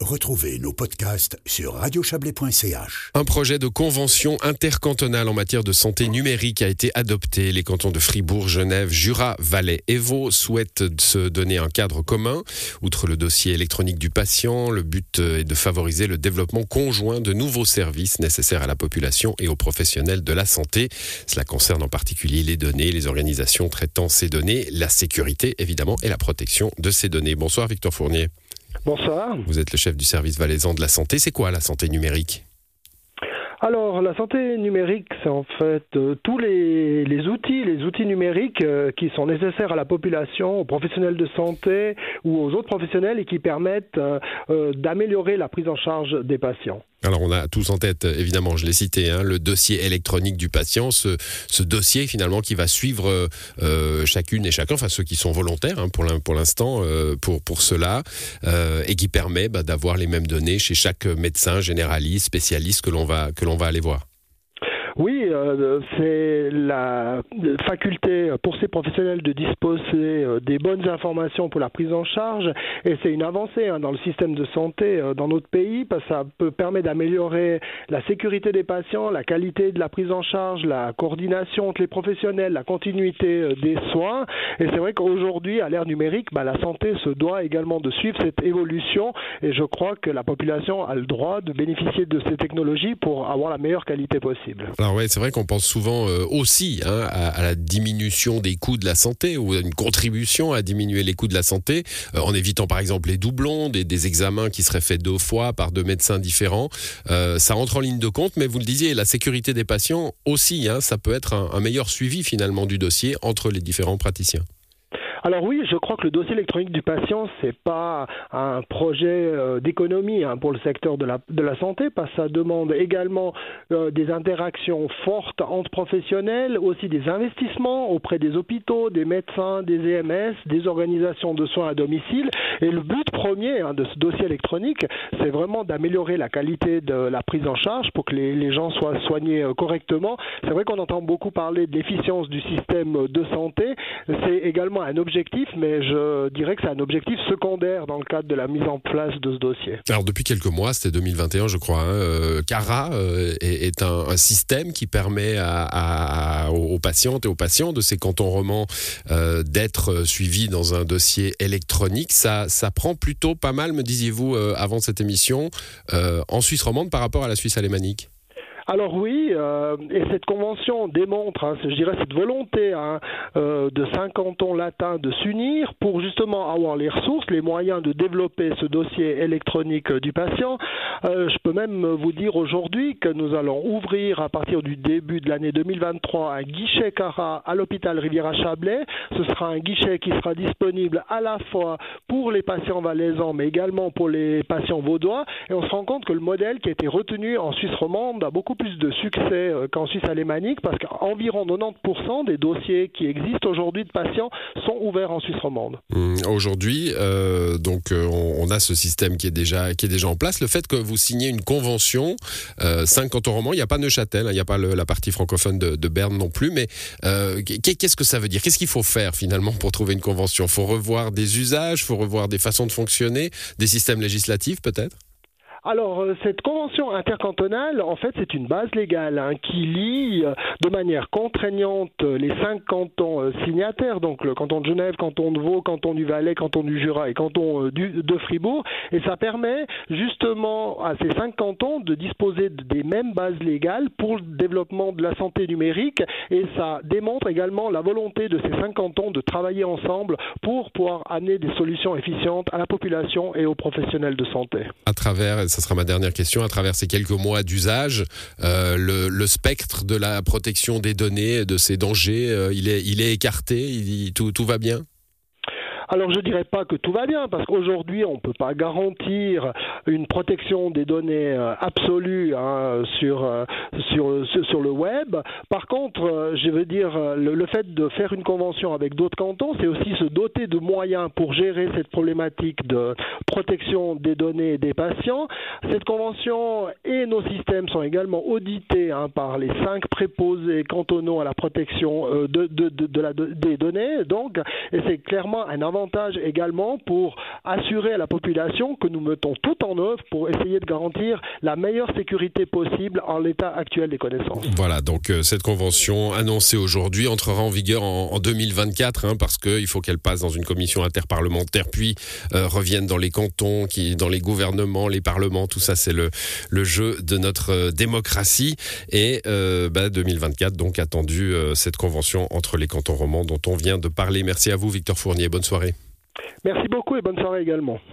Retrouvez nos podcasts sur radiochablais.ch. Un projet de convention intercantonale en matière de santé numérique a été adopté. Les cantons de Fribourg, Genève, Jura, Valais et Vaud souhaitent se donner un cadre commun. Outre le dossier électronique du patient, le but est de favoriser le développement conjoint de nouveaux services nécessaires à la population et aux professionnels de la santé. Cela concerne en particulier les données, les organisations traitant ces données, la sécurité évidemment et la protection de ces données. Bonsoir Victor Fournier. Bonsoir. Vous êtes le chef du service valaisan de la santé. C'est quoi la santé numérique ? Alors, la santé numérique, c'est en fait tous les outils numériques qui sont nécessaires à la population, aux professionnels de santé ou aux autres professionnels et qui permettent d'améliorer la prise en charge des patients. Alors on a tous en tête, évidemment, je l'ai cité, le dossier électronique du patient, ce dossier finalement qui va suivre chacune et chacun, enfin ceux qui sont volontaires pour l'instant pour cela, et qui permet d'avoir les mêmes données chez chaque médecin, généraliste, spécialiste que l'on va aller voir. Oui, c'est la faculté pour ces professionnels de disposer des bonnes informations pour la prise en charge et c'est une avancée dans le système de santé dans notre pays parce que ça permet d'améliorer la sécurité des patients, la qualité de la prise en charge, la coordination entre les professionnels, la continuité des soins et c'est vrai qu'aujourd'hui, à l'ère numérique, la santé se doit également de suivre cette évolution et je crois que la population a le droit de bénéficier de ces technologies pour avoir la meilleure qualité possible. Alors ouais, c'est vrai qu'on pense souvent aussi à la diminution des coûts de la santé ou à une contribution à diminuer les coûts de la santé en évitant par exemple les doublons, des examens qui seraient faits 2 fois par 2 médecins différents. Ça rentre en ligne de compte, mais vous le disiez, la sécurité des patients aussi, ça peut être un meilleur suivi finalement du dossier entre les différents praticiens. Alors oui, je crois que le dossier électronique du patient, c'est pas un projet d'économie pour le secteur de la santé, parce que ça demande également des interactions fortes entre professionnels, aussi des investissements auprès des hôpitaux, des médecins, des EMS, des organisations de soins à domicile. Et le but premier de ce dossier électronique, c'est vraiment d'améliorer la qualité de la prise en charge pour que les gens soient soignés correctement. C'est vrai qu'on entend beaucoup parler de l'efficience du système de santé. C'est également un objectif, mais je dirais que c'est un objectif secondaire dans le cadre de la mise en place de ce dossier. Alors depuis quelques mois, c'était 2021 je crois, CARA est un système qui permet aux patientes et aux patients de ces cantons romans d'être suivis dans un dossier électronique. Ça prend plutôt pas mal, me disiez-vous avant cette émission, en Suisse romande par rapport à la Suisse alémanique. Alors oui, et cette convention démontre, je dirais, cette volonté de 5 cantons latins de s'unir pour justement avoir les ressources, les moyens de développer ce dossier électronique du patient. Je peux même vous dire aujourd'hui que nous allons ouvrir à partir du début de l'année 2023 un guichet CARA à l'hôpital Rivière-à-Chablais. Ce sera un guichet qui sera disponible à la fois pour les patients valaisans mais également pour les patients vaudois. Et on se rend compte que le modèle qui a été retenu en Suisse romande a beaucoup plus de succès qu'en Suisse alémanique parce qu'environ 90% des dossiers qui existent aujourd'hui de patients sont ouverts en Suisse romande. Aujourd'hui, on a ce système qui est déjà en place. Le fait que vous signez une convention, 5 cantons romans, il n'y a pas Neuchâtel, il n'y a pas la partie francophone de Berne non plus, mais qu'est-ce que ça veut dire ? Qu'est-ce qu'il faut faire finalement pour trouver une convention ? Il faut revoir des usages, il faut revoir des façons de fonctionner, des systèmes législatifs peut-être ? Alors, cette convention intercantonale, en fait, c'est une base légale qui lie de manière contraignante les 5 cantons signataires, donc le canton de Genève, canton de Vaud, canton du Valais, canton du Jura et canton de Fribourg. Et ça permet justement à ces 5 cantons de disposer des mêmes bases légales pour le développement de la santé numérique. Et ça démontre également la volonté de ces 5 cantons de travailler ensemble pour pouvoir amener des solutions efficientes à la population et aux professionnels de santé. À travers, ça sera ma dernière question, à travers ces quelques mois d'usage, le spectre de la protection des données, de ces dangers, il est écarté, tout va bien ? Alors je dirais pas que tout va bien, parce qu'aujourd'hui on peut pas garantir une protection des données absolue sur le web. Par contre, je veux dire, le fait de faire une convention avec d'autres cantons, c'est aussi se doter de moyens pour gérer cette problématique de protection des données des patients. Cette convention et nos systèmes sont également audités par les 5 préposés cantonaux à la protection des données. Donc, et c'est clairement un avantage davantage également pour assurer à la population que nous mettons tout en œuvre pour essayer de garantir la meilleure sécurité possible en l'état actuel des connaissances. Voilà, donc cette convention annoncée aujourd'hui entrera en vigueur en 2024, parce qu'il faut qu'elle passe dans une commission interparlementaire, puis revienne dans les cantons, dans les gouvernements, les parlements, tout ça c'est le jeu de notre démocratie. Et 2024, donc attendu cette convention entre les cantons romans dont on vient de parler. Merci à vous Victor Fournier, bonne soirée. Merci beaucoup et bonne soirée également.